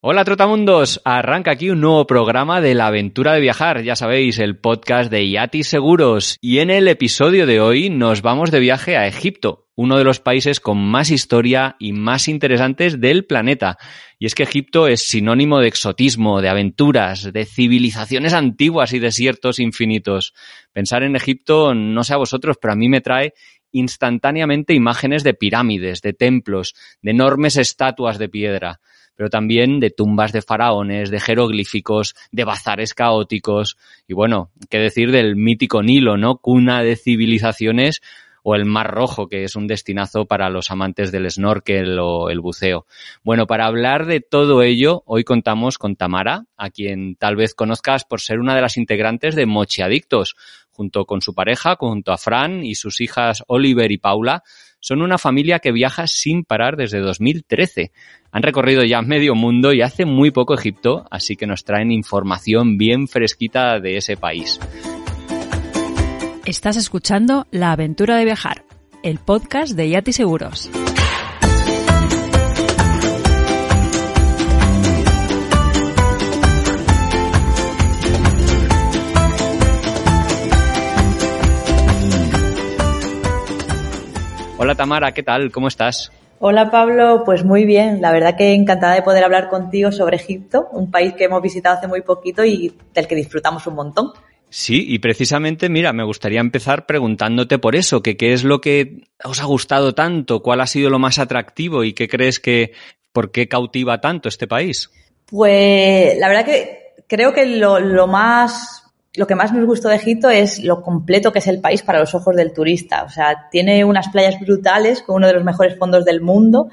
Hola Trotamundos, arranca aquí un nuevo programa de La Aventura de Viajar, ya sabéis, el podcast de Yatis Seguros. Y en el episodio de hoy nos vamos de viaje a Egipto, uno de los países con más historia y más interesantes del planeta. Y es que Egipto es sinónimo de exotismo, de aventuras, de civilizaciones antiguas y desiertos infinitos. Pensar en Egipto, no sé a vosotros, pero a mí me trae instantáneamente imágenes de pirámides, de templos, de enormes estatuas de piedra, pero también de tumbas de faraones, de jeroglíficos, de bazares caóticos y bueno, qué decir del mítico Nilo, ¿no? Cuna de civilizaciones, o el Mar Rojo, que es un destinazo para los amantes del snorkel o el buceo. Bueno, para hablar de todo ello, hoy contamos con Tamara, a quien tal vez conozcas por ser una de las integrantes de Mochiadictos, junto con su pareja, junto a Fran y sus hijas Oliver y Paula. Son una familia que viaja sin parar desde 2013. Han recorrido ya medio mundo y hace muy poco Egipto, así que nos traen información bien fresquita de ese país. Estás escuchando La Aventura de Viajar, el podcast de Yatis Seguros. Hola Tamara, ¿qué tal? ¿Cómo estás? Hola Pablo, pues muy bien. La verdad que encantada de poder hablar contigo sobre Egipto, un país que hemos visitado hace muy poquito y del que disfrutamos un montón. Sí, y precisamente, mira, me gustaría empezar preguntándote por eso, que qué es lo que os ha gustado tanto, cuál ha sido lo más atractivo y qué crees que, por qué cautiva tanto este país. Pues la verdad que creo que lo que más nos gustó de Egipto es lo completo que es el país para los ojos del turista. O sea, tiene unas playas brutales con uno de los mejores fondos del mundo,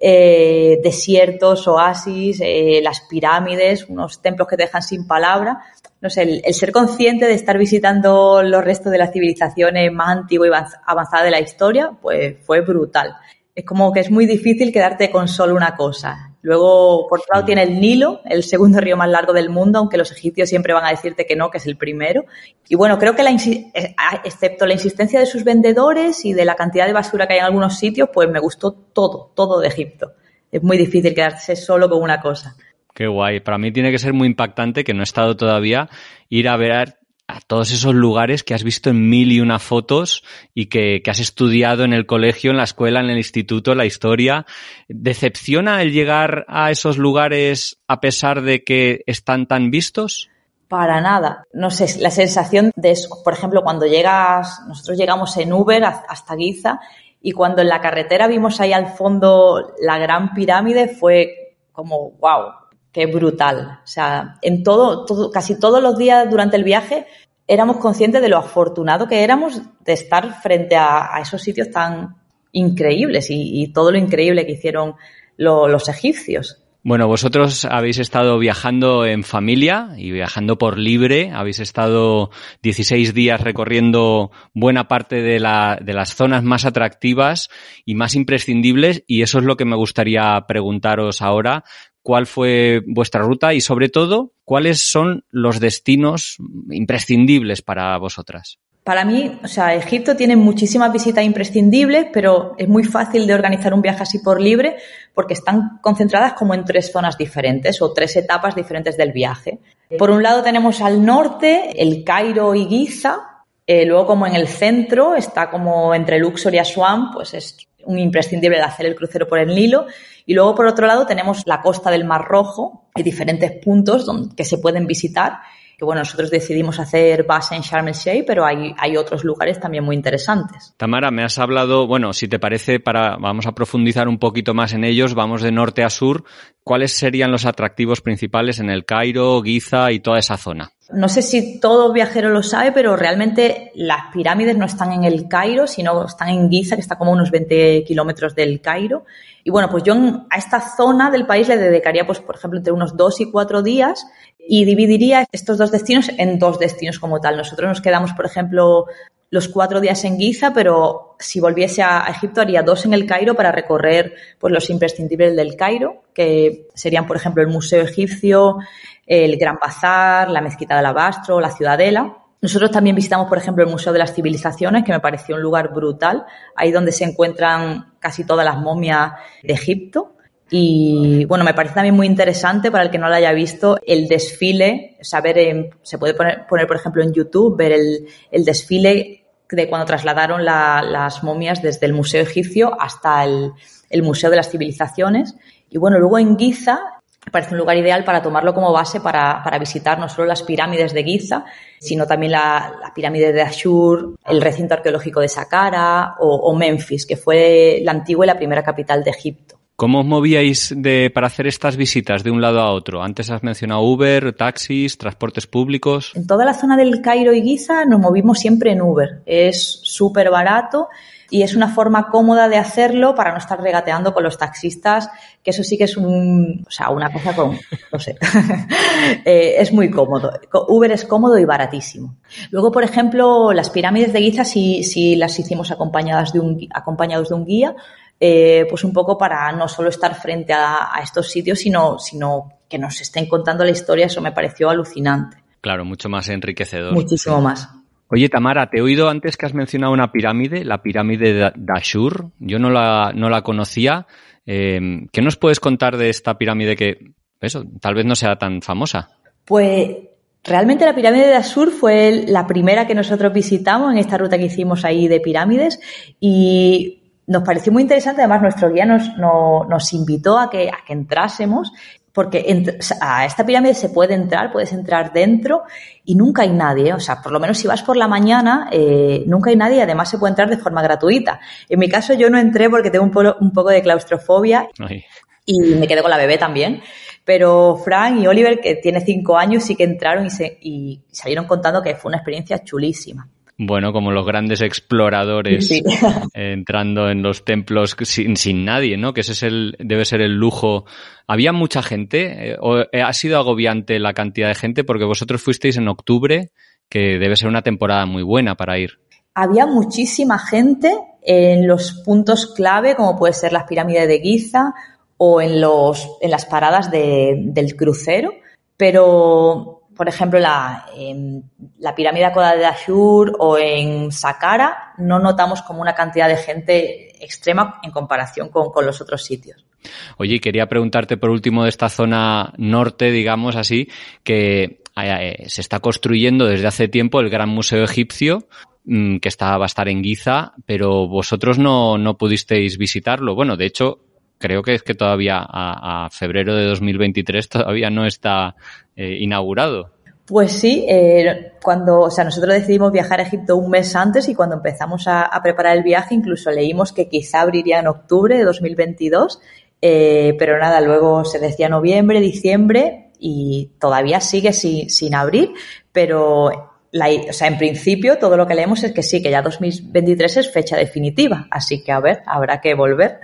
desiertos, oasis, las pirámides, unos templos que te dejan sin palabra. No sé, el ser consciente de estar visitando los restos de las civilizaciones más antiguas y avanzadas de la historia, pues fue brutal. Es como que es muy difícil quedarte con solo una cosa. Luego, por otro lado, tiene el Nilo, el segundo río más largo del mundo, aunque los egipcios siempre van a decirte que no, que es el primero. Y bueno, creo que excepto la insistencia de sus vendedores y de la cantidad de basura que hay en algunos sitios, pues me gustó todo de Egipto. Es muy difícil quedarse solo con una cosa. Qué guay. Para mí tiene que ser muy impactante, que no he estado todavía, ir a ver a todos esos lugares que has visto en 1001 fotos y que has estudiado en el colegio, en la escuela, en el instituto, la historia. ¿Decepciona el llegar a esos lugares a pesar de que están tan vistos? Para nada. No sé, la sensación de eso, por ejemplo, cuando nosotros llegamos en Uber hasta Giza y cuando en la carretera vimos ahí al fondo la gran pirámide, fue como wow. Qué brutal. O sea, en casi todos los días durante el viaje éramos conscientes de lo afortunado que éramos de estar frente a esos sitios tan increíbles y todo lo increíble que hicieron los egipcios. Bueno, vosotros habéis estado viajando en familia y viajando por libre. Habéis estado 16 días recorriendo buena parte de las zonas más atractivas y más imprescindibles, y eso es lo que me gustaría preguntaros ahora. ¿Cuál fue vuestra ruta y, sobre todo, cuáles son los destinos imprescindibles para vosotras? Para mí, o sea, Egipto tiene muchísimas visitas imprescindibles, pero es muy fácil de organizar un viaje así por libre porque están concentradas como en 3 zonas diferentes o 3 etapas diferentes del viaje. Por un lado tenemos al norte el Cairo y Giza, luego como en el centro está como entre Luxor y Asuán, pues es un imprescindible de hacer el crucero por el Nilo. Y luego, por otro lado, tenemos la costa del Mar Rojo. Hay diferentes puntos que se pueden visitar. Que bueno, nosotros decidimos hacer base en Sharm el Sheikh, pero hay otros lugares también muy interesantes. Tamara, me has hablado, bueno, si te parece, vamos a profundizar un poquito más en ellos. Vamos de norte a sur. ¿Cuáles serían los atractivos principales en el Cairo, Giza y toda esa zona? No sé si todo viajero lo sabe, pero realmente las pirámides no están en el Cairo, sino están en Giza, que está como a unos 20 kilómetros del Cairo. Y bueno, pues yo a esta zona del país le dedicaría, pues por ejemplo, entre unos 2 y 4 días y dividiría estos 2 destinos en 2 destinos como tal. Nosotros nos quedamos, por ejemplo, los 4 días en Giza, pero si volviese a Egipto haría 2 en el Cairo para recorrer pues los imprescindibles del Cairo, que serían, por ejemplo, el Museo Egipcio, el Gran Bazar, la Mezquita de Alabastro, la Ciudadela. Nosotros también visitamos, por ejemplo, el Museo de las Civilizaciones, que me pareció un lugar brutal, ahí donde se encuentran casi todas las momias de Egipto. Y bueno, me parece también muy interesante para el que no lo haya visto el desfile, se puede poner, por ejemplo, en YouTube, ver el desfile de cuando trasladaron las momias desde el Museo Egipcio hasta el Museo de las Civilizaciones. Y bueno, luego en Giza me parece un lugar ideal para tomarlo como base para visitar no solo las pirámides de Giza, sino también la pirámide de Ashur, el recinto arqueológico de Saqqara o Memphis, que fue la antigua y la primera capital de Egipto. ¿Cómo os movíais para hacer estas visitas de un lado a otro? Antes has mencionado Uber, taxis, transportes públicos. En toda la zona del Cairo y Giza nos movimos siempre en Uber. Es súper barato y es una forma cómoda de hacerlo para no estar regateando con los taxistas, que eso sí que es una cosa no sé, es muy cómodo. Uber es cómodo y baratísimo. Luego, por ejemplo, las pirámides de Giza sí las hicimos acompañados de un guía, pues un poco para no solo estar frente a estos sitios, sino que nos estén contando la historia. Eso me pareció alucinante. Claro, mucho más enriquecedor. Muchísimo más. Oye, Tamara, te he oído antes que has mencionado una pirámide, la pirámide de Ashur. Yo no la conocía. ¿Qué nos puedes contar de esta pirámide que, tal vez no sea tan famosa? Pues realmente la pirámide de Ashur fue la primera que nosotros visitamos en esta ruta que hicimos ahí de pirámides y nos pareció muy interesante. Además, nuestro guía nos invitó a que entrásemos, porque a esta pirámide se puede entrar, puedes entrar dentro y nunca hay nadie. O sea, por lo menos si vas por la mañana, nunca hay nadie y además se puede entrar de forma gratuita. En mi caso yo no entré porque tengo un poco de claustrofobia. Ay. Y me quedé con la bebé también. Pero Fran y Oliver, que tiene 5 años, sí que entraron y salieron contando que fue una experiencia chulísima. Bueno, como los grandes exploradores, sí. Entrando en los templos sin nadie, ¿no? Que ese debe ser el lujo. ¿Había mucha gente? ¿O ha sido agobiante la cantidad de gente? Porque vosotros fuisteis en octubre, que debe ser una temporada muy buena para ir. Había muchísima gente en los puntos clave, como puede ser las pirámides de Giza o en las paradas del crucero, pero por ejemplo, en la pirámide de Ashur o en Saqqara no notamos como una cantidad de gente extrema en comparación con los otros sitios. Oye, quería preguntarte por último de esta zona norte, digamos así, que se está construyendo desde hace tiempo el Gran Museo Egipcio, que va a estar en Giza, pero vosotros no pudisteis visitarlo. Bueno, de hecho, creo que es que todavía a febrero de 2023 todavía no está inaugurado. Pues sí, nosotros decidimos viajar a Egipto un mes antes y cuando empezamos a preparar el viaje incluso leímos que quizá abriría en octubre de 2022, pero nada, luego se decía noviembre, diciembre y todavía sigue sin abrir, pero en principio todo lo que leemos es que sí, que ya 2023 es fecha definitiva, así que a ver, habrá que volver.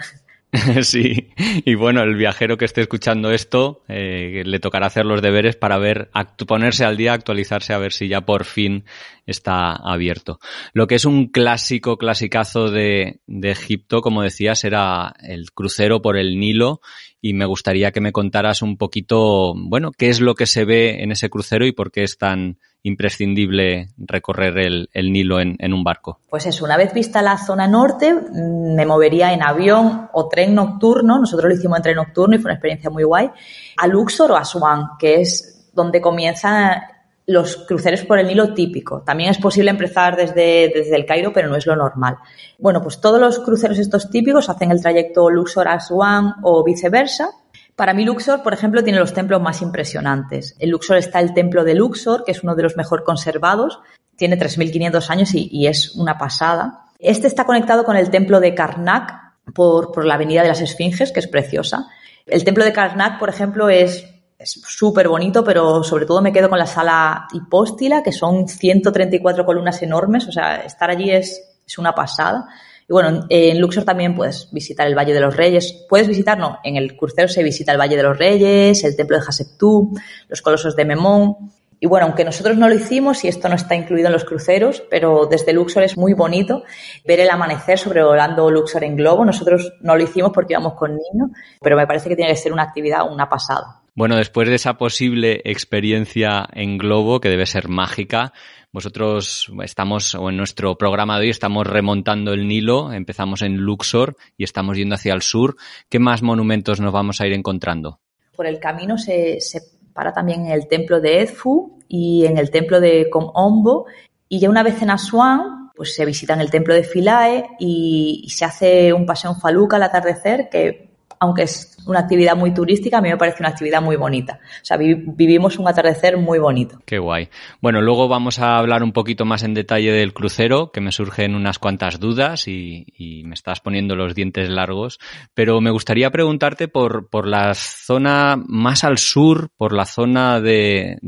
Sí, y bueno, el viajero que esté escuchando esto le tocará hacer los deberes para ponerse al día, actualizarse a ver si ya por fin está abierto. Lo que es un clasicazo de Egipto, como decías, era el crucero por el Nilo y me gustaría que me contaras un poquito, bueno, qué es lo que se ve en ese crucero y por qué es tan imprescindible recorrer el Nilo en un barco. Pues eso, una vez vista la zona norte, me movería en avión o tren nocturno, nosotros lo hicimos en tren nocturno y fue una experiencia muy guay, a Luxor o a Asuán, que es donde comienzan los cruceros por el Nilo típico. También es posible empezar desde el Cairo, pero no es lo normal. Bueno, pues todos los cruceros estos típicos hacen el trayecto Luxor a Asuán o viceversa. Para mí Luxor, por ejemplo, tiene los templos más impresionantes. En Luxor está el templo de Luxor, que es uno de los mejor conservados. Tiene 3.500 años y es una pasada. Este está conectado con el templo de Karnak por la avenida de las Esfinges, que es preciosa. El templo de Karnak, por ejemplo, es súper bonito, pero sobre todo me quedo con la sala hipóstila, que son 134 columnas enormes. O sea, estar allí es una pasada. Y bueno, en Luxor también puedes visitar el Valle de los Reyes. En el crucero se visita el Valle de los Reyes, el templo de Hasektu, los colosos de Memón. Y bueno, aunque nosotros no lo hicimos y esto no está incluido en los cruceros, pero desde Luxor es muy bonito ver el amanecer sobrevolando Luxor en globo. Nosotros no lo hicimos porque íbamos con niños, pero me parece que tiene que ser una actividad, una pasada. Bueno, después de esa posible experiencia en globo, que debe ser mágica, vosotros estamos, o en nuestro programa de hoy, estamos remontando el Nilo, empezamos en Luxor y estamos yendo hacia el sur. ¿Qué más monumentos nos vamos a ir encontrando? Por el camino se para también en el templo de Edfu y en el templo de Kom Ombo, y ya una vez en Asuán, pues se visitan el templo de Philae y se hace un paseo en faluca al atardecer, que aunque es una actividad muy turística, a mí me parece una actividad muy bonita. O sea, vivimos un atardecer muy bonito. Qué guay. Bueno, luego vamos a hablar un poquito más en detalle del crucero, que me surgen unas cuantas dudas y me estás poniendo los dientes largos. Pero me gustaría preguntarte por la zona más al sur, por la zona del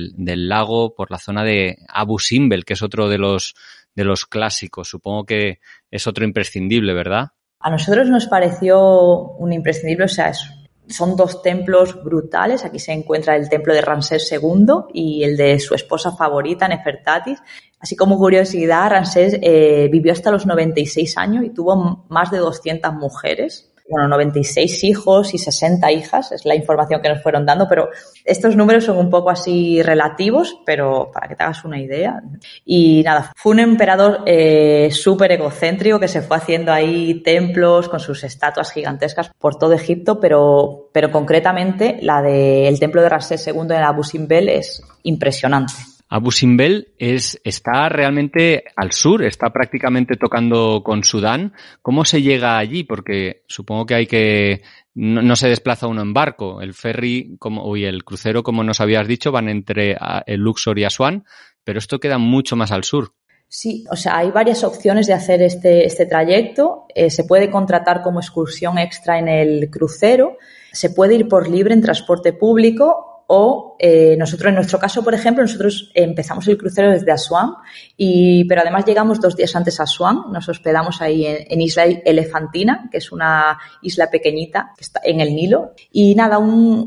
lago, por la zona de Abu Simbel, que es otro de los clásicos. Supongo que es otro imprescindible, ¿verdad? A nosotros nos pareció un imprescindible, o sea, son dos templos brutales. Aquí se encuentra el templo de Ramsés II y el de su esposa favorita, Nefertatis. Así como curiosidad, Ramsés vivió hasta los 96 años y tuvo más de 200 mujeres. Bueno, 96 hijos y 60 hijas, es la información que nos fueron dando, pero estos números son un poco así relativos, pero para que te hagas una idea. Y nada, fue un emperador súper egocéntrico que se fue haciendo ahí templos con sus estatuas gigantescas por todo Egipto, pero concretamente la del templo de Ramsés II en Abu Simbel es impresionante. Abu Simbel está realmente al sur, está prácticamente tocando con Sudán. ¿Cómo se llega allí? Porque supongo que no se desplaza uno en barco. El ferry el crucero, como nos habías dicho, van entre el Luxor y Asuán, pero esto queda mucho más al sur. Sí, o sea, hay varias opciones de hacer este trayecto. Se puede contratar como excursión extra en el crucero, se puede ir por libre en transporte público. O nosotros, en nuestro caso, por ejemplo, nosotros empezamos el crucero desde Asuán, pero además llegamos 2 días antes a Asuán, nos hospedamos ahí en Isla Elefantina, que es una isla pequeñita que está en el Nilo, y nada,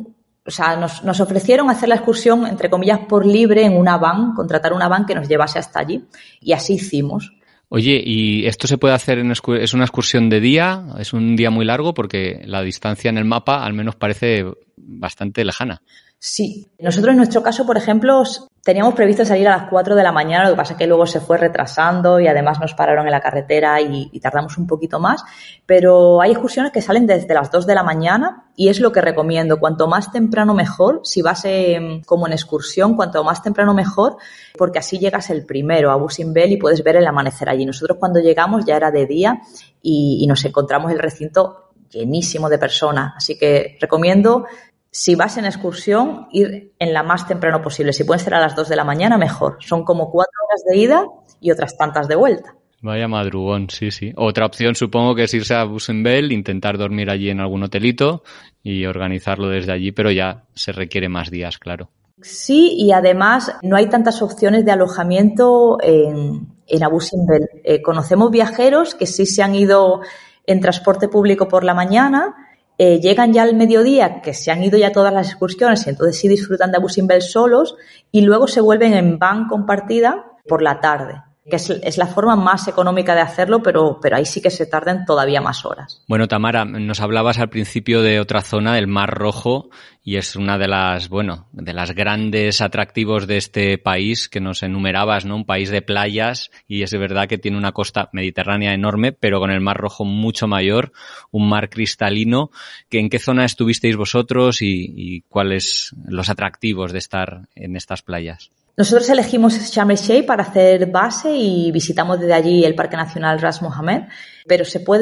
nos ofrecieron hacer la excursión, entre comillas, por libre en una van, contratar una van que nos llevase hasta allí, y así hicimos. Oye, ¿y esto se puede hacer es una excursión de día? ¿Es un día muy largo? Porque la distancia en el mapa al menos parece bastante lejana. Sí. Nosotros en nuestro caso, por ejemplo, teníamos previsto salir a las 4 de la mañana, lo que pasa es que luego se fue retrasando y además nos pararon en la carretera y tardamos un poquito más, pero hay excursiones que salen desde las 2 de la mañana y es lo que recomiendo, cuanto más temprano mejor, si vas como en excursión, cuanto más temprano mejor, porque así llegas el primero a Abu Simbel y puedes ver el amanecer allí. Nosotros cuando llegamos ya era de día y nos encontramos el recinto llenísimo de personas, así que recomiendo, si vas en excursión, ir en la más temprano posible. Si pueden ser a las 2 de la mañana, mejor. Son como 4 horas de ida y otras tantas de vuelta. Vaya madrugón, sí. Otra opción supongo que es irse a Abu Simbel, intentar dormir allí en algún hotelito y organizarlo desde allí, pero ya se requiere más días, claro. Sí, y además no hay tantas opciones de alojamiento en Abu Simbel. Conocemos viajeros que sí se han ido en transporte público por la mañana, llegan ya al mediodía, que se han ido ya todas las excursiones y entonces sí disfrutan de Abu Simbel solos y luego se vuelven en van compartida por la tarde, que es la forma más económica de hacerlo, pero ahí sí que se tardan todavía más horas. Bueno, Tamara, nos hablabas al principio de otra zona, del Mar Rojo, y es una de las grandes atractivos de este país que nos enumerabas, ¿no? Un país de playas, y es verdad que tiene una costa mediterránea enorme, pero con el Mar Rojo mucho mayor, un mar cristalino. ¿En qué zona estuvisteis vosotros y cuáles los atractivos de estar en estas playas? Nosotros elegimos Sharm el Sheikh para hacer base y visitamos desde allí el Parque Nacional Ras Mohammed, pero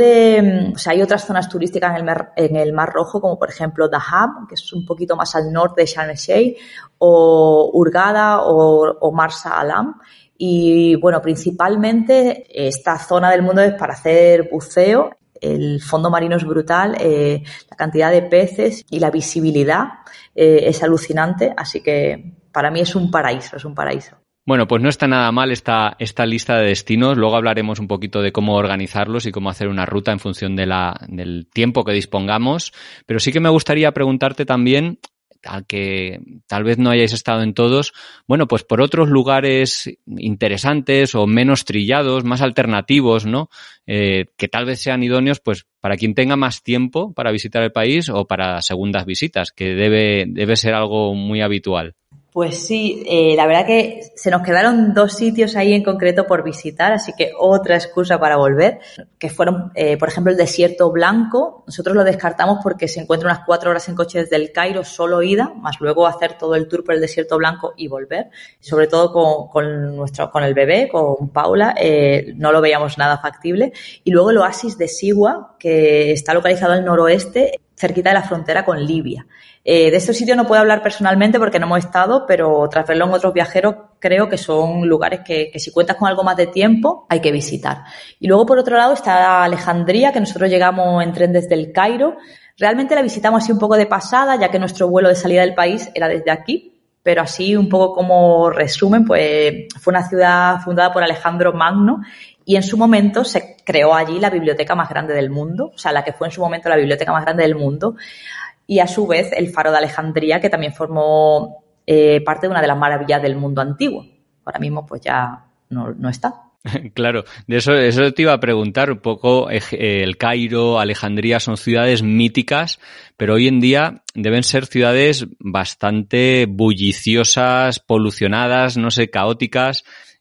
hay otras zonas turísticas en el Mar Rojo, como por ejemplo Dahab, que es un poquito más al norte de Sharm el Sheikh, o Hurghada o Marsa Alam. Y bueno, principalmente esta zona del mundo es para hacer buceo. El fondo marino es brutal, la cantidad de peces y la visibilidad es alucinante, así que para mí es un paraíso, Bueno, pues no está nada mal esta lista de destinos. Luego hablaremos un poquito de cómo organizarlos y cómo hacer una ruta en función del tiempo que dispongamos. Pero sí que me gustaría preguntarte también, al que tal vez no hayáis estado en todos, bueno, pues por otros lugares interesantes o menos trillados, más alternativos, ¿no? Que tal vez sean idóneos, pues, para quien tenga más tiempo para visitar el país o para segundas visitas, que debe ser algo muy habitual. Pues sí, la verdad que se nos quedaron 2 sitios ahí en concreto por visitar, así que otra excusa para volver, que fueron, por ejemplo, el Desierto Blanco. Nosotros lo descartamos porque se encuentra unas 4 horas en coche desde el Cairo, solo ida, más luego hacer todo el tour por el Desierto Blanco y volver. Sobre todo con el bebé, con Paula, no lo veíamos nada factible. Y luego el oasis de Siwa, que está localizado al noroeste, cerquita de la frontera con Libia. De estos sitios no puedo hablar personalmente porque no hemos estado, pero tras verlo en otros viajeros creo que son lugares que si cuentas con algo más de tiempo hay que visitar. Y luego por otro lado está Alejandría, que nosotros llegamos en tren desde el Cairo. Realmente la visitamos así un poco de pasada, ya que nuestro vuelo de salida del país era desde aquí, pero así un poco como resumen, pues fue una ciudad fundada por Alejandro Magno y en su momento se creó allí la biblioteca más grande del mundo, o sea, la que fue en su momento la biblioteca más grande del mundo. Y a su vez el Faro de Alejandría, que también formó parte de una de las maravillas del mundo antiguo. Ahora mismo pues ya no está. Claro, de eso te iba a preguntar un poco. El Cairo, Alejandría son ciudades míticas, pero hoy en día deben ser ciudades bastante bulliciosas, polucionadas, no sé, caóticas.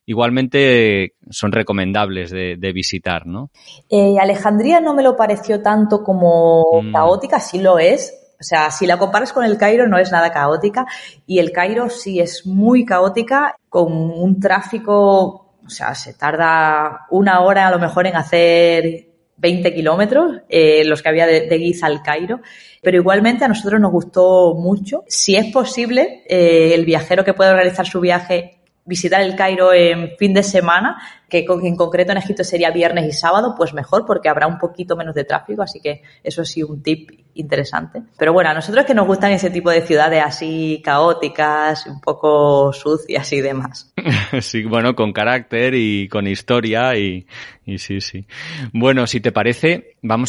Igualmente son recomendables de visitar, ¿no? Alejandría no me lo pareció tanto como caótica, sí lo es. O sea, si la comparas con el Cairo no es nada caótica y el Cairo sí es muy caótica con un tráfico, o sea, se tarda 1 hora a lo mejor en hacer 20 kilómetros, los que había de Giza al Cairo, pero igualmente a nosotros nos gustó mucho. Si es posible, el viajero que pueda organizar su viaje visitar el Cairo en fin de semana, que en concreto en Egipto sería viernes y sábado, pues mejor porque habrá un poquito menos de tráfico, así que eso sí un tip interesante. Pero bueno, a nosotros es que nos gustan ese tipo de ciudades así caóticas, un poco sucias y demás. Sí, bueno, con carácter y con historia y sí. Bueno, si te parece, vamos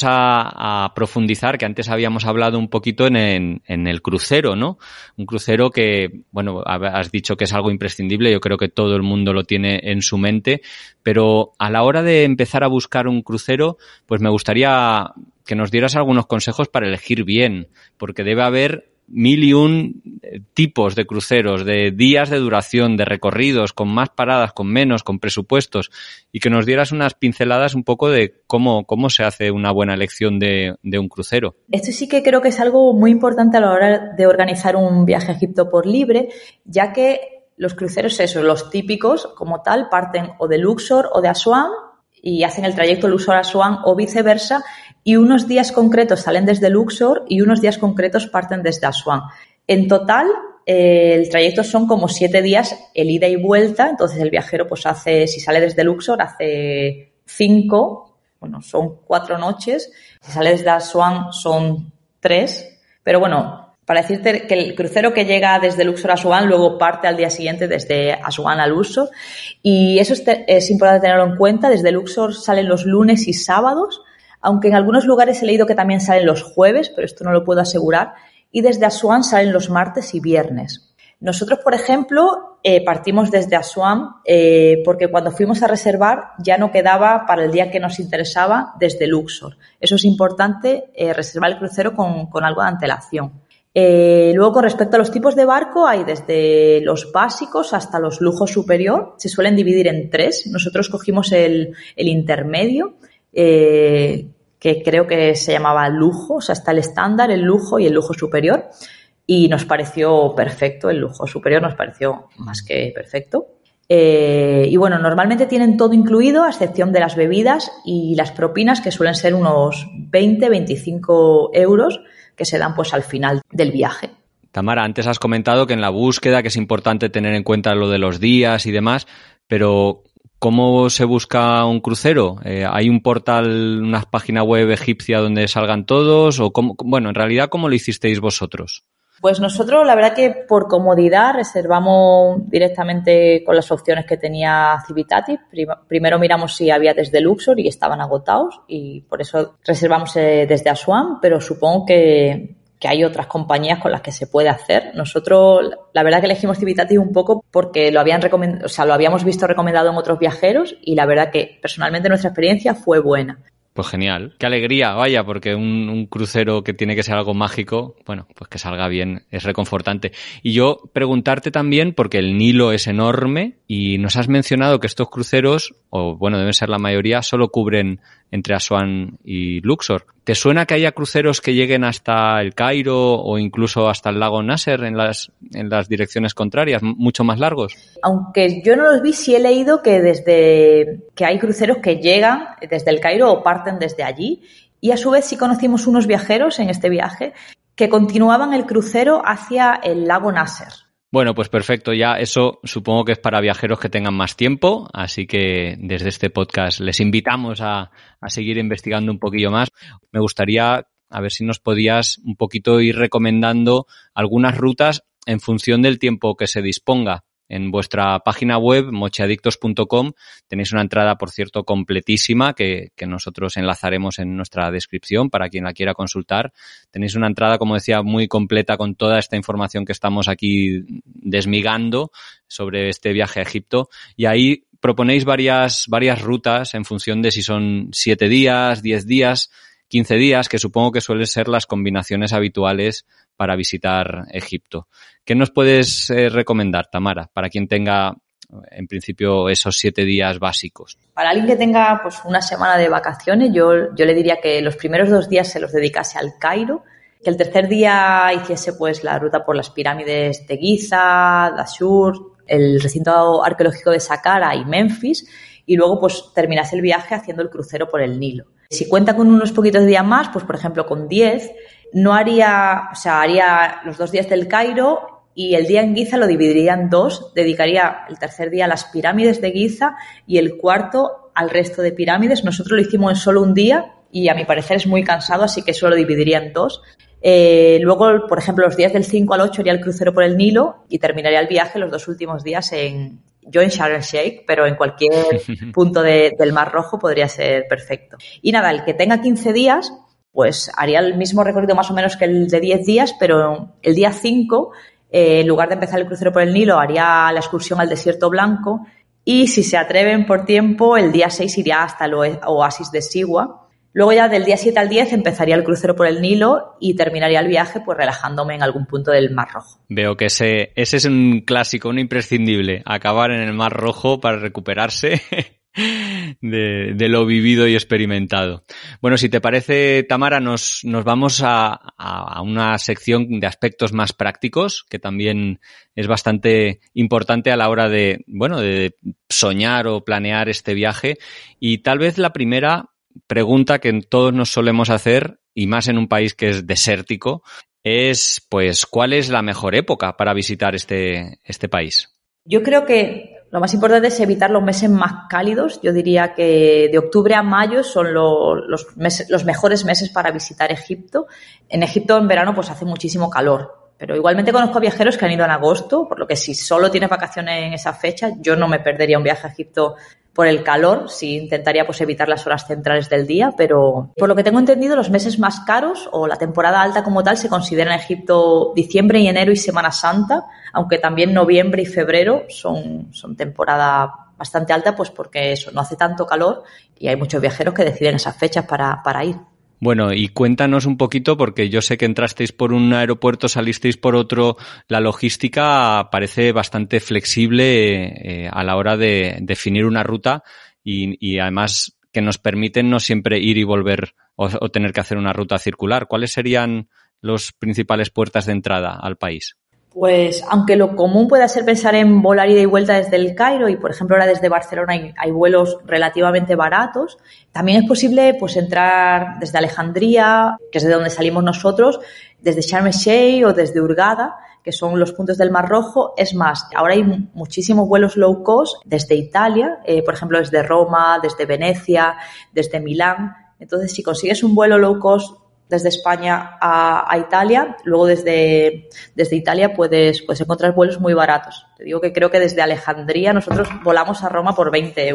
a profundizar, que antes habíamos hablado un poquito en el crucero, ¿no? Un crucero que, bueno, has dicho que es algo imprescindible, yo creo que todo el mundo lo tiene en su mente, pero a la hora de empezar a buscar un crucero, pues me gustaría que nos dieras algunos consejos para elegir bien, porque debe haber 1001 tipos de cruceros, de días de duración, de recorridos, con más paradas, con menos, con presupuestos, y que nos dieras unas pinceladas un poco de cómo se hace una buena elección de un crucero. Esto sí que creo que es algo muy importante a la hora de organizar un viaje a Egipto por libre, ya que los cruceros, esos, los típicos como tal, parten o de Luxor o de Asuán y hacen el trayecto Luxor-Asuán o viceversa, y unos días concretos salen desde Luxor y unos días concretos parten desde Asuán. En total, el trayecto son como 7 días el ida y vuelta, entonces el viajero pues si sale desde Luxor, hace 5, bueno, son 4 noches, si sale desde Asuán son 3, pero bueno, para decirte que el crucero que llega desde Luxor a Asuán luego parte al día siguiente desde Asuán a Luxor, y eso es importante tenerlo en cuenta. Desde Luxor salen los lunes y sábados, aunque en algunos lugares he leído que también salen los jueves, pero esto no lo puedo asegurar, y desde Asuán salen los martes y viernes. Nosotros, por ejemplo, partimos desde Asuán porque cuando fuimos a reservar ya no quedaba para el día que nos interesaba desde Luxor. Eso es importante, reservar el crucero con algo de antelación. Luego, con respecto a los tipos de barco, hay desde los básicos hasta los lujo superior. Se suelen dividir en 3. Nosotros cogimos el intermedio, que creo que se llamaba lujo. O sea, está el estándar, el lujo y el lujo superior. Y nos pareció perfecto. El lujo superior nos pareció más que perfecto. Y bueno, normalmente tienen todo incluido, a excepción de las bebidas y las propinas, que suelen ser unos 20-25 euros, que se dan pues al final del viaje. Tamara, antes has comentado que en la búsqueda que es importante tener en cuenta lo de los días y demás, pero ¿cómo se busca un crucero? ¿Hay un portal, una página web egipcia donde salgan todos? O en realidad, ¿cómo lo hicisteis vosotros? Pues nosotros, la verdad que por comodidad reservamos directamente con las opciones que tenía Civitatis. Primero miramos si había desde Luxor y estaban agotados, y por eso reservamos desde Asuán, pero supongo que que hay otras compañías con las que se puede hacer. Nosotros, la verdad que elegimos Civitatis un poco porque lo habíamos visto recomendado en otros viajeros y la verdad que personalmente nuestra experiencia fue buena. Pues genial. Qué alegría, vaya, porque un crucero que tiene que ser algo mágico, bueno, pues que salga bien es reconfortante. Y yo preguntarte también, porque el Nilo es enorme y nos has mencionado que estos cruceros, o bueno, deben ser la mayoría, solo cubren entre Asuán y Luxor. ¿Te suena que haya cruceros que lleguen hasta el Cairo o incluso hasta el lago Nasser en las direcciones contrarias, mucho más largos? Aunque yo no los vi, sí he leído que hay cruceros que llegan desde el Cairo o parten desde allí. Y a su vez sí conocimos unos viajeros en este viaje que continuaban el crucero hacia el lago Nasser. Bueno, pues perfecto. Ya eso supongo que es para viajeros que tengan más tiempo, así que desde este podcast les invitamos a seguir investigando un poquillo más. Me gustaría a ver si nos podías un poquito ir recomendando algunas rutas en función del tiempo que se disponga. En vuestra página web, mochiadictos.com, tenéis una entrada, por cierto, completísima que nosotros enlazaremos en nuestra descripción para quien la quiera consultar. Tenéis una entrada, como decía, muy completa con toda esta información que estamos aquí desmigando sobre este viaje a Egipto. Y ahí proponéis varias rutas en función de si son 7 días, 10 días, 15 días, que supongo que suelen ser las combinaciones habituales para visitar Egipto. ¿Qué nos puedes recomendar, Tamara, para quien tenga, en principio, esos 7 días básicos? Para alguien que tenga pues una semana de vacaciones, yo le diría que los primeros 2 días se los dedicase al Cairo, que el tercer día hiciese pues la ruta por las pirámides de Giza, Dashur, el recinto arqueológico de Saqqara y Memphis, y luego pues terminase el viaje haciendo el crucero por el Nilo. Si cuenta con unos poquitos días más, pues por ejemplo con 10, haría los 2 días del Cairo y el día en Giza lo dividiría en 2, dedicaría el tercer día a las pirámides de Giza y el cuarto al resto de pirámides. Nosotros lo hicimos en solo un día y a mi parecer es muy cansado, así que eso lo dividiría en 2. Luego, por ejemplo, los días del 5 al 8 haría el crucero por el Nilo y terminaría el viaje los 2 últimos días en Sharm el Sheikh, pero en cualquier punto del Mar Rojo podría ser perfecto. Y nada, el que tenga 15 días, pues haría el mismo recorrido más o menos que el de 10 días, pero el día 5, en lugar de empezar el crucero por el Nilo, haría la excursión al Desierto Blanco y, si se atreven por tiempo, el día 6 iría hasta el oasis de Siwa. Luego ya del día 7 al 10 empezaría el crucero por el Nilo y terminaría el viaje pues relajándome en algún punto del Mar Rojo. Veo que ese es un clásico, un imprescindible, acabar en el Mar Rojo para recuperarse de lo vivido y experimentado. Bueno, si te parece, Tamara, nos vamos a una sección de aspectos más prácticos que también es bastante importante a la hora de soñar o planear este viaje. Y tal vez la primera pregunta que todos nos solemos hacer, y más en un país que es desértico, es pues ¿cuál es la mejor época para visitar este país? Yo creo que lo más importante es evitar los meses más cálidos. Yo diría que de octubre a mayo son los mejores meses para visitar Egipto. En Egipto en verano pues hace muchísimo calor, pero igualmente conozco viajeros que han ido en agosto, por lo que si solo tienes vacaciones en esa fecha, yo no me perdería un viaje a Egipto por el calor. Sí intentaría pues evitar las horas centrales del día, pero por lo que tengo entendido los meses más caros o la temporada alta como tal se considera en Egipto diciembre y enero y Semana Santa, aunque también noviembre y febrero son temporada bastante alta, pues porque eso, no hace tanto calor y hay muchos viajeros que deciden esas fechas para ir. Bueno, y cuéntanos un poquito, porque yo sé que entrasteis por un aeropuerto, salisteis por otro. La logística parece bastante flexible a la hora de definir una ruta y además que nos permiten no siempre ir y volver o tener que hacer una ruta circular. ¿Cuáles serían las principales puertas de entrada al país? Pues aunque lo común pueda ser pensar en volar ida y vuelta desde el Cairo y, por ejemplo, ahora desde Barcelona hay vuelos relativamente baratos, también es posible pues entrar desde Alejandría, que es de donde salimos nosotros, desde Sharm el Sheikh o desde Hurghada, que son los puntos del Mar Rojo. Es más, ahora hay muchísimos vuelos low cost desde Italia, por ejemplo, desde Roma, desde Venecia, desde Milán. Entonces, si consigues un vuelo low cost desde España a Italia, luego desde Italia puedes encontrar vuelos muy baratos. Te digo que creo que desde Alejandría nosotros volamos a Roma por 20 euros.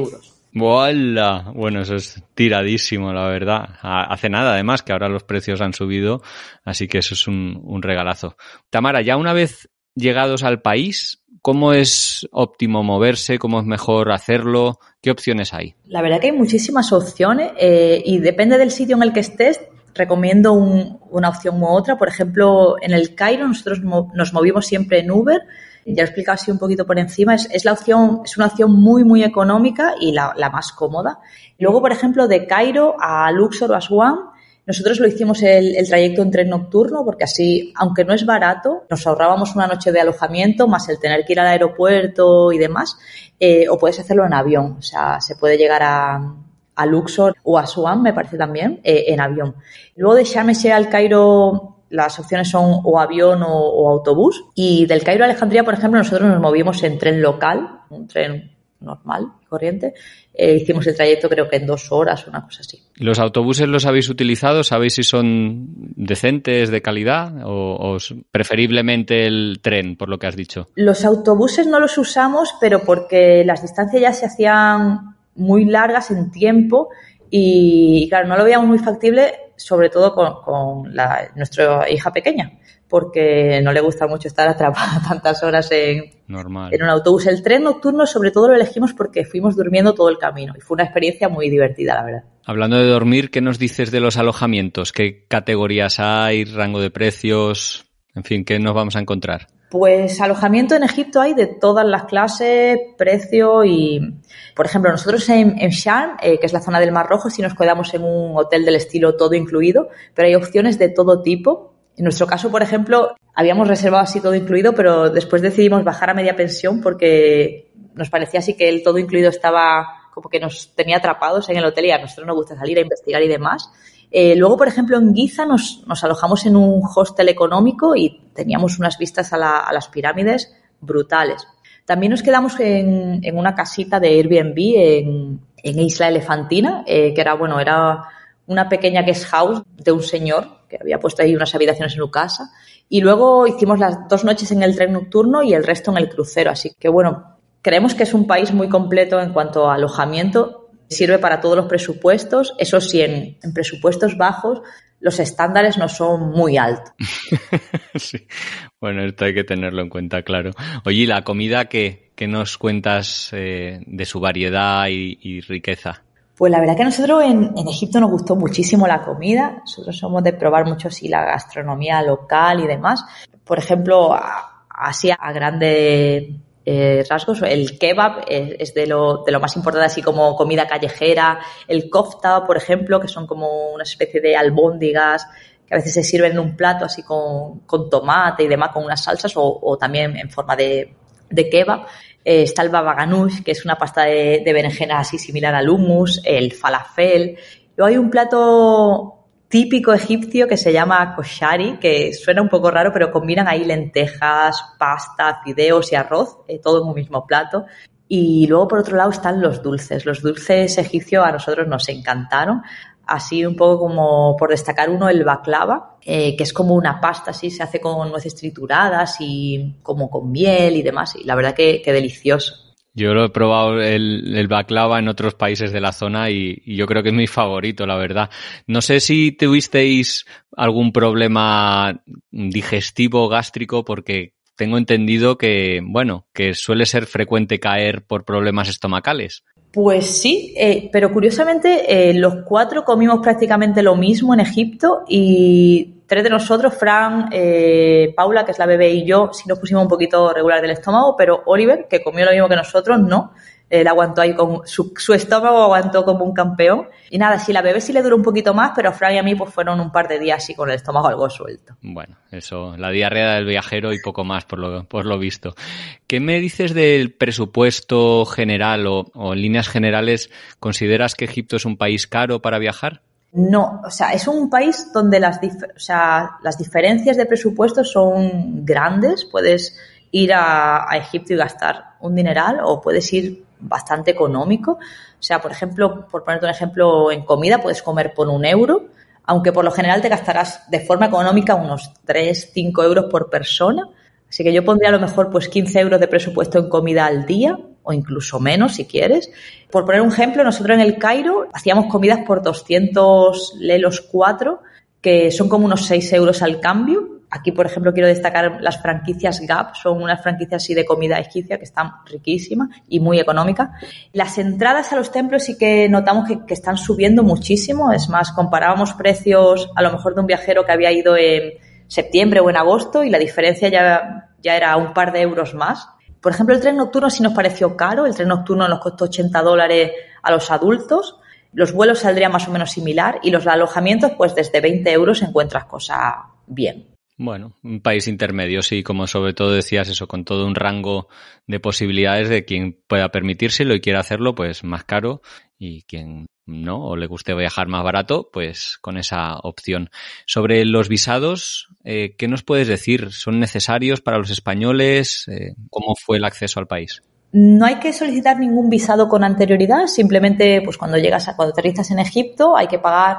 ¡Vuela! Bueno, eso es tiradísimo, la verdad. Hace nada, además, que ahora los precios han subido, así que eso es un regalazo. Tamara, ya una vez llegados al país, ¿cómo es óptimo moverse? ¿Cómo es mejor hacerlo? ¿Qué opciones hay? La verdad que hay muchísimas opciones y depende del sitio en el que estés. Recomiendo una opción u otra. Por ejemplo, en el Cairo nosotros nos movimos siempre en Uber. Ya lo he explicado así un poquito por encima. Es una opción muy, muy económica y la más cómoda. Luego, por ejemplo, de Cairo a Luxor o Asuán, nosotros lo hicimos el trayecto en tren nocturno porque así, aunque no es barato, nos ahorrábamos una noche de alojamiento más el tener que ir al aeropuerto y demás, o puedes hacerlo en avión. O sea, se puede llegar a Luxor o a Asuán, me parece también, en avión. Luego de Sharm el-Sheikh al Cairo, las opciones son o avión o autobús. Y del Cairo a Alejandría, por ejemplo, nosotros nos movimos en tren local, un tren normal, corriente. Hicimos el trayecto creo que en 2 horas, una cosa así. ¿Los autobuses los habéis utilizado? ¿Sabéis si son decentes, de calidad o preferiblemente el tren, por lo que has dicho? Los autobuses no los usamos, pero porque las distancias ya se hacían muy largas en tiempo y claro, no lo veíamos muy factible, sobre todo con nuestra hija pequeña, porque no le gusta mucho estar atrapada tantas horas en un autobús. El tren nocturno sobre todo lo elegimos porque fuimos durmiendo todo el camino y fue una experiencia muy divertida, la verdad. Hablando de dormir, ¿qué nos dices de los alojamientos? ¿Qué categorías hay? ¿Rango de precios? En fin, ¿qué nos vamos a encontrar? Pues alojamiento en Egipto hay de todas las clases, precio y... Por ejemplo, nosotros en Sharm, que es la zona del Mar Rojo, sí nos quedamos en un hotel del estilo todo incluido, pero hay opciones de todo tipo. En nuestro caso, por ejemplo, habíamos reservado así todo incluido, pero después decidimos bajar a media pensión porque nos parecía así que el todo incluido estaba como que nos tenía atrapados en el hotel y a nosotros nos gusta salir a investigar y demás. Luego, por ejemplo, en Giza nos alojamos en un hostel económico y teníamos unas vistas a las pirámides brutales. También nos quedamos en una casita de Airbnb en Isla Elefantina, que era una pequeña guest house de un señor que había puesto ahí unas habitaciones en su casa. Y luego hicimos las 2 noches en el tren nocturno y el resto en el crucero. Así que, creemos que es un país muy completo en cuanto a alojamiento. Sirve para todos los presupuestos. Eso sí, en presupuestos bajos los estándares no son muy altos. Sí. Bueno, esto hay que tenerlo en cuenta, claro. Oye, ¿y la comida qué nos cuentas de su variedad y riqueza? Pues la verdad que a nosotros en Egipto nos gustó muchísimo la comida. Nosotros somos de probar mucho sí, la gastronomía local y demás. Por ejemplo, así a grande rasgos, el kebab es de lo más importante, así como comida callejera. El kofta, por ejemplo, que son como una especie de albóndigas que a veces se sirven en un plato así con tomate y demás, con unas salsas o también en forma de kebab. Está el baba ganoush, que es una pasta de berenjena así similar al hummus, el falafel. Luego hay un plato típico egipcio que se llama koshari, que suena un poco raro, pero combinan ahí lentejas, pasta, fideos y arroz, todo en un mismo plato. Y luego, por otro lado, están los dulces. Los dulces egipcios a nosotros nos encantaron. Así un poco como por destacar uno, el baklava, que es como una pasta, así se hace con nueces trituradas y como con miel y demás. Y la verdad que delicioso. Yo lo he probado el baklava en otros países de la zona y yo creo que es mi favorito, la verdad. No sé si tuvisteis algún problema digestivo o gástrico, porque tengo entendido que suele ser frecuente caer por problemas estomacales. Pues sí, pero curiosamente los 4 comimos prácticamente lo mismo en Egipto y 3 de nosotros, Fran, Paula, que es la bebé, y yo, sí nos pusimos un poquito regular del estómago, pero Oliver, que comió lo mismo que nosotros, no. Él aguantó ahí con su estómago, aguantó como un campeón. Y nada, sí, la bebé sí le duró un poquito más, pero a Fran y a mí pues fueron un par de días así con el estómago algo suelto. Bueno, eso, la diarrea del viajero y poco más por lo visto. ¿Qué me dices del presupuesto general o en líneas generales, consideras que Egipto es un país caro para viajar? No, o sea, es un país donde las diferencias de presupuesto son grandes. Puedes ir a Egipto y gastar un dineral o puedes ir bastante económico. O sea, por ejemplo, por ponerte un ejemplo, en comida puedes comer por €1, aunque por lo general te gastarás de forma económica unos 3-5 euros por persona. Así que yo pondría a lo mejor pues 15 euros de presupuesto en comida al día o incluso menos si quieres. Por poner un ejemplo, nosotros en el Cairo hacíamos comidas por 200 lelos 4, que son como unos 6 euros al cambio. Aquí, por ejemplo, quiero destacar las franquicias Gap, son unas franquicias así de comida egipcia que están riquísimas y muy económicas. Las entradas a los templos sí que notamos que están subiendo muchísimo. Es más, comparábamos precios a lo mejor de un viajero que había ido en septiembre o en agosto y la diferencia ya era un par de euros más. Por ejemplo, el tren nocturno sí nos pareció caro. El tren nocturno nos costó $80 a los adultos. Los vuelos saldrían más o menos similar y los alojamientos, pues desde 20 euros encuentras cosas bien. Bueno, un país intermedio, sí, como sobre todo decías eso, con todo un rango de posibilidades de quien pueda permitírselo y quiera hacerlo, pues más caro, y quien no, o le guste viajar más barato, pues con esa opción. Sobre los visados, ¿qué nos puedes decir? ¿Son necesarios para los españoles? ¿Cómo fue el acceso al país? No hay que solicitar ningún visado con anterioridad, simplemente pues cuando aterrizas en Egipto hay que pagar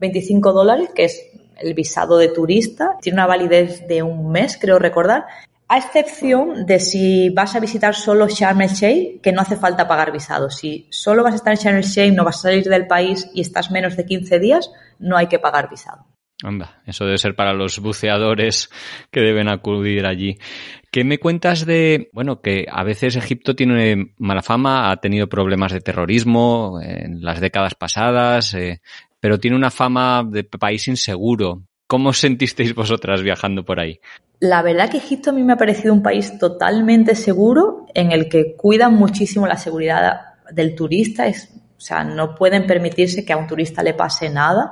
$25, que es el visado de turista. Tiene una validez de un mes, creo recordar, a excepción de si vas a visitar solo Sharm el Sheikh, que no hace falta pagar visado. Si solo vas a estar en Sharm el Sheikh, no vas a salir del país y estás menos de 15 días, no hay que pagar visado. Anda, eso debe ser para los buceadores que deben acudir allí. ¿Qué me cuentas de, que a veces Egipto tiene mala fama, ha tenido problemas de terrorismo en las décadas pasadas, pero tiene una fama de país inseguro? ¿Cómo os sentisteis vosotras viajando por ahí? La verdad que Egipto a mí me ha parecido un país totalmente seguro, en el que cuidan muchísimo la seguridad del turista. O sea, no pueden permitirse que a un turista le pase nada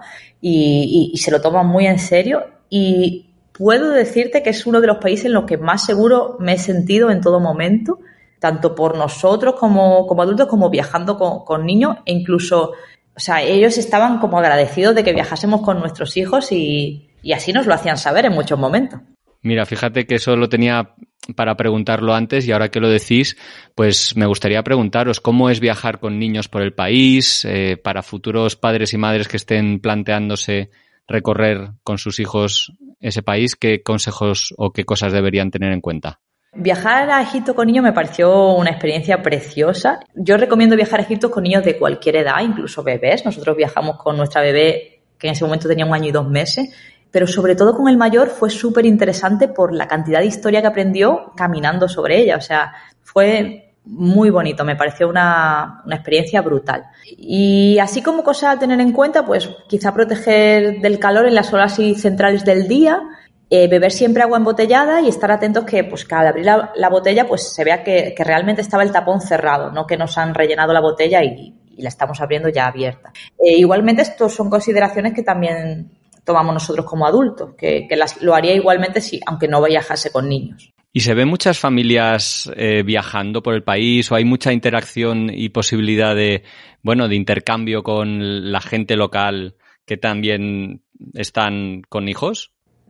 y se lo toman muy en serio. Y puedo decirte que es uno de los países en los que más seguro me he sentido en todo momento, tanto por nosotros como adultos, como viajando con niños, e incluso, o sea, ellos estaban como agradecidos de que viajásemos con nuestros hijos y así nos lo hacían saber en muchos momentos. Mira, fíjate que eso lo tenía para preguntarlo antes y ahora que lo decís, pues me gustaría preguntaros cómo es viajar con niños por el país, para futuros padres y madres que estén planteándose recorrer con sus hijos ese país, ¿qué consejos o qué cosas deberían tener en cuenta? Viajar a Egipto con niños me pareció una experiencia preciosa. Yo recomiendo viajar a Egipto con niños de cualquier edad, incluso bebés. Nosotros viajamos con nuestra bebé, que en ese momento tenía 1 año y 2 meses, pero sobre todo con el mayor fue súper interesante por la cantidad de historia que aprendió caminando sobre ella. O sea, fue muy bonito, me pareció una experiencia brutal. Y así como cosa a tener en cuenta, pues quizá proteger del calor en las horas centrales del día, beber siempre agua embotellada y estar atentos que al abrir la botella pues se vea que realmente estaba el tapón cerrado, no que nos han rellenado la botella y la estamos abriendo ya abierta. Igualmente, estos son consideraciones que también tomamos nosotros como adultos, que lo haría igualmente aunque no viajase con niños. ¿Y se ven muchas familias viajando por el país o hay mucha interacción y posibilidad de intercambio con la gente local que también están con hijos?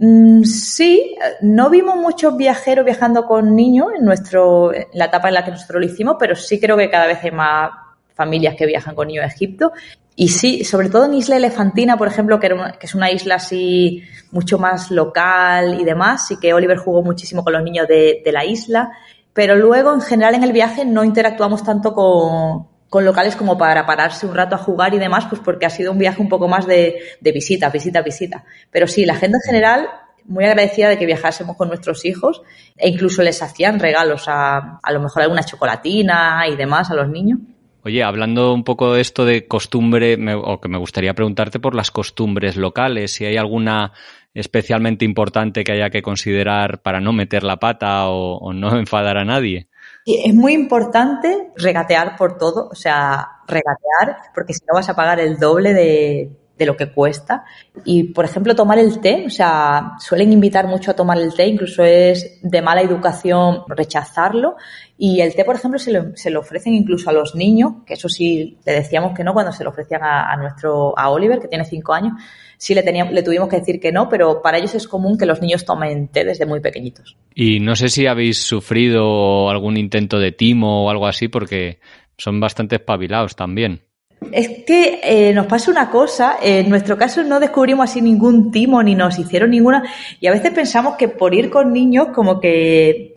Sí, no vimos muchos viajeros viajando con niños en la etapa en la que nosotros lo hicimos, pero sí creo que cada vez hay más familias que viajan con niños a Egipto. Y sí, sobre todo en Isla Elefantina, por ejemplo, que es una isla así mucho más local y demás, sí que Oliver jugó muchísimo con los niños de la isla, pero luego en general en el viaje no interactuamos tanto con locales como para pararse un rato a jugar y demás, pues porque ha sido un viaje un poco más de visita. Pero sí, la gente en general muy agradecida de que viajásemos con nuestros hijos e incluso les hacían regalos a lo mejor alguna chocolatina y demás a los niños. Oye, hablando un poco de esto de costumbre, que me gustaría preguntarte por las costumbres locales, si hay alguna especialmente importante que haya que considerar para no meter la pata o no enfadar a nadie. Es muy importante regatear por todo, o sea, regatear, porque si no vas a pagar el doble de lo que cuesta. Y, por ejemplo, tomar el té, o sea, suelen invitar mucho a tomar el té, incluso es de mala educación rechazarlo. Y el té, por ejemplo, se lo ofrecen incluso a los niños, que eso sí le decíamos que no cuando se lo ofrecían a Oliver, que tiene 5 años. Sí le tuvimos que decir que no, pero para ellos es común que los niños tomen té desde muy pequeñitos. Y no sé si habéis sufrido algún intento de timo o algo así, porque son bastante espabilados también. Es que nos pasa una cosa, en nuestro caso no descubrimos así ningún timo ni nos hicieron ninguna, y a veces pensamos que por ir con niños como que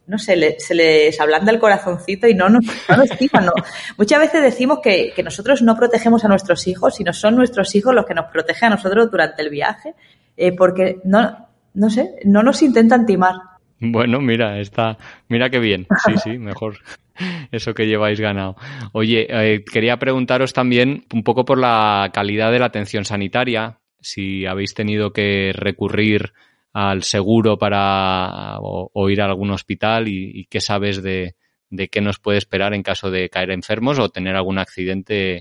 no sé, se les ablanda el corazoncito y no nos timan, ¿no? Muchas veces decimos que nosotros no protegemos a nuestros hijos, sino son nuestros hijos los que nos protegen a nosotros durante el viaje, porque no sé, no nos intentan timar. Bueno, mira qué bien. Sí, mejor eso que lleváis ganado. Oye, quería preguntaros también un poco por la calidad de la atención sanitaria, si habéis tenido que recurrir al seguro o ir a algún hospital y qué sabes de qué nos puede esperar en caso de caer enfermos o tener algún accidente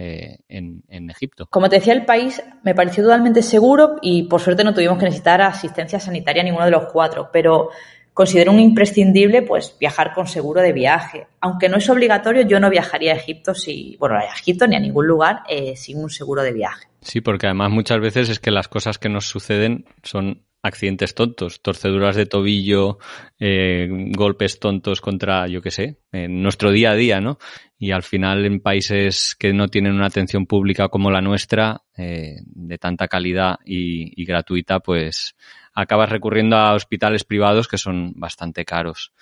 en Egipto. Como te decía, el país me pareció totalmente seguro y por suerte no tuvimos que necesitar asistencia sanitaria ninguno de los 4, pero considero un imprescindible pues viajar con seguro de viaje. Aunque no es obligatorio, yo no viajaría a Egipto ni a ningún lugar sin un seguro de viaje. Sí, porque además muchas veces es que las cosas que nos suceden son accidentes tontos, torceduras de tobillo, golpes tontos contra, yo qué sé, en nuestro día a día, ¿no? Y al final en países que no tienen una atención pública como la nuestra, de tanta calidad y gratuita, pues acabas recurriendo a hospitales privados que son bastante caros.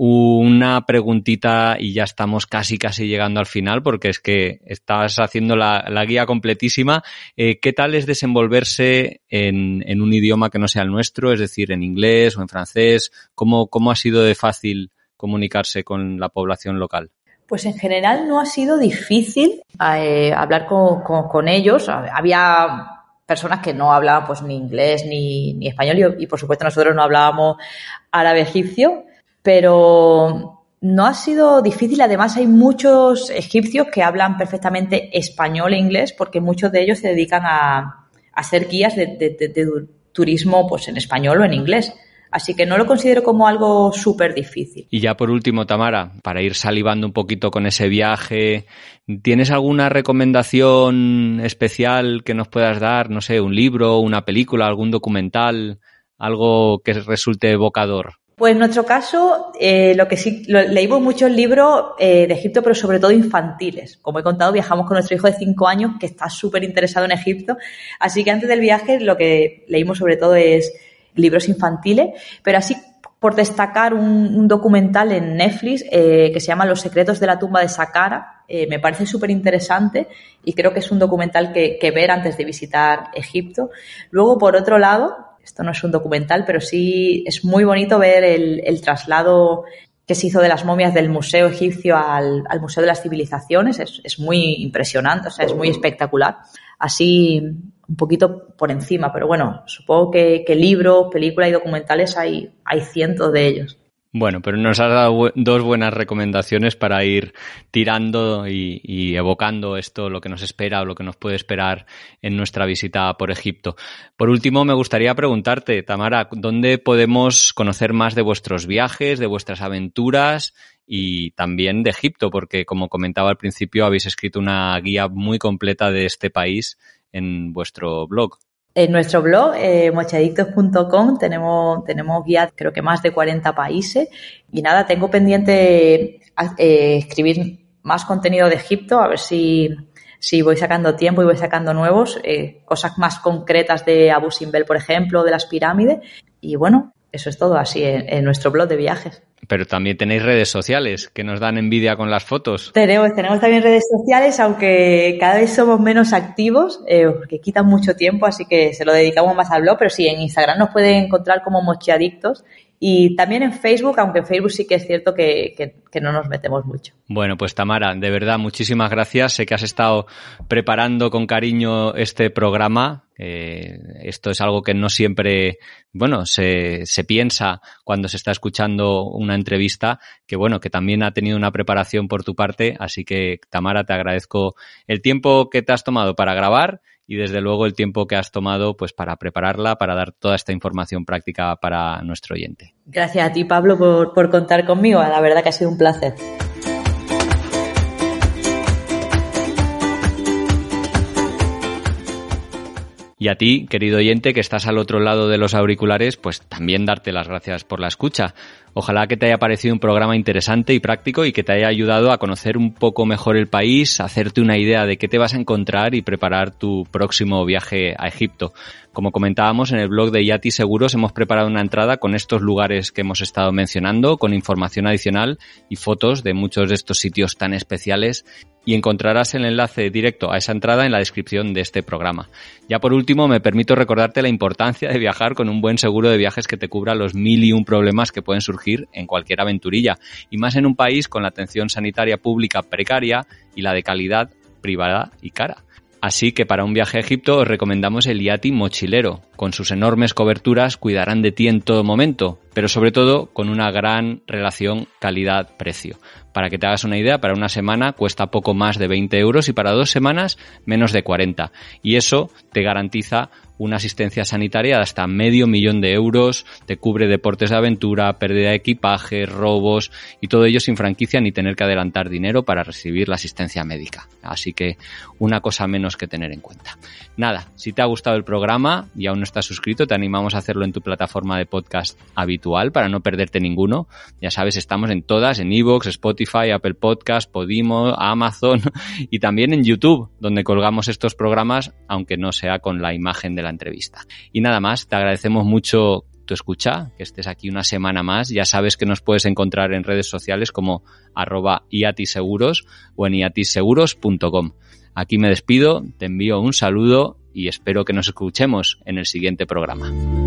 Una preguntita y ya estamos casi llegando al final porque es que estás haciendo la guía completísima. ¿Qué tal es desenvolverse en un idioma que no sea el nuestro, es decir, en inglés o en francés? ¿Cómo ha sido de fácil comunicarse con la población local? Pues en general no ha sido difícil hablar con ellos. Había personas que no hablaban pues ni inglés ni español y por supuesto nosotros no hablábamos árabe egipcio. Pero no ha sido difícil. Además, hay muchos egipcios que hablan perfectamente español e inglés porque muchos de ellos se dedican a ser guías de turismo pues en español o en inglés. Así que no lo considero como algo súper difícil. Y ya por último, Tamara, para ir salivando un poquito con ese viaje, ¿tienes alguna recomendación especial que nos puedas dar? No sé, un libro, una película, algún documental, algo que resulte evocador. Pues en nuestro caso, leímos muchos libros de Egipto, pero sobre todo infantiles. Como he contado, viajamos con nuestro hijo de 5 años que está súper interesado en Egipto. Así que antes del viaje lo que leímos sobre todo es libros infantiles. Pero así, por destacar un documental en Netflix que se llama Los secretos de la tumba de Saqqara, me parece súper interesante y creo que es un documental que ver antes de visitar Egipto. Luego, por otro lado, esto no es un documental, pero sí es muy bonito ver el traslado que se hizo de las momias del Museo Egipcio al Museo de las Civilizaciones. Es muy impresionante, o sea, es muy espectacular. Así, un poquito por encima, pero bueno, supongo que libros, películas y documentales hay cientos de ellos. Bueno, pero nos has dado 2 buenas recomendaciones para ir tirando y evocando esto, lo que nos espera o lo que nos puede esperar en nuestra visita por Egipto. Por último, me gustaría preguntarte, Tamara, ¿dónde podemos conocer más de vuestros viajes, de vuestras aventuras y también de Egipto? Porque, como comentaba al principio, habéis escrito una guía muy completa de este país en vuestro blog. En nuestro blog, mochiadictos.com, tenemos guías, creo que más de 40 países. Y nada, tengo pendiente escribir más contenido de Egipto, a ver si voy sacando tiempo y voy sacando nuevos, cosas más concretas de Abu Simbel, por ejemplo, de las pirámides. Y bueno, eso es todo así en nuestro blog de viajes. Pero también tenéis redes sociales que nos dan envidia con las fotos. Tenemos también redes sociales, aunque cada vez somos menos activos, porque quitan mucho tiempo, así que se lo dedicamos más al blog. Pero sí, en Instagram nos pueden encontrar como Mochiadictos y también en Facebook, aunque en Facebook sí que es cierto que no nos metemos mucho. Bueno, pues Tamara, de verdad, muchísimas gracias. Sé que has estado preparando con cariño este programa. Esto es algo que no siempre, se piensa cuando se está escuchando una entrevista, que también ha tenido una preparación por tu parte. Así que, Tamara, te agradezco el tiempo que te has tomado para grabar y desde luego el tiempo que has tomado pues para prepararla, para dar toda esta información práctica para nuestro oyente. Gracias a ti, Pablo, por contar conmigo. La verdad que ha sido un placer. Y a ti, querido oyente, que estás al otro lado de los auriculares, pues también darte las gracias por la escucha. Ojalá que te haya parecido un programa interesante y práctico y que te haya ayudado a conocer un poco mejor el país, a hacerte una idea de qué te vas a encontrar y preparar tu próximo viaje a Egipto. Como comentábamos, en el blog de Yati Seguros hemos preparado una entrada con estos lugares que hemos estado mencionando, con información adicional y fotos de muchos de estos sitios tan especiales, y encontrarás el enlace directo a esa entrada en la descripción de este programa. Ya por último, me permito recordarte la importancia de viajar con un buen seguro de viajes que te cubra los 1001 problemas que pueden surgir en cualquier aventurilla, y más en un país con la atención sanitaria pública precaria y la de calidad privada y cara. Así que para un viaje a Egipto os recomendamos el Yati Mochilero. Con sus enormes coberturas cuidarán de ti en todo momento, pero sobre todo con una gran relación calidad-precio. Para que te hagas una idea, para una semana cuesta poco más de 20 euros y para 2 semanas menos de 40. Y eso te garantiza una asistencia sanitaria de hasta 500.000 euros, te cubre deportes de aventura, pérdida de equipaje, robos y todo ello sin franquicia ni tener que adelantar dinero para recibir la asistencia médica. Así que una cosa menos que tener en cuenta. Nada, si te ha gustado el programa y aún no estás suscrito, te animamos a hacerlo en tu plataforma de podcast habitual para no perderte ninguno. Ya sabes, estamos en todas, en iVoox, Spotify, Apple Podcast, Podimo, Amazon y también en YouTube, donde colgamos estos programas, aunque no sea con la imagen de la entrevista. Y nada más, te agradecemos mucho tu escucha, que estés aquí una semana más. Ya sabes que nos puedes encontrar en redes sociales como @iatiseguros o en iatiseguros.com. Aquí me despido, te envío un saludo y espero que nos escuchemos en el siguiente programa.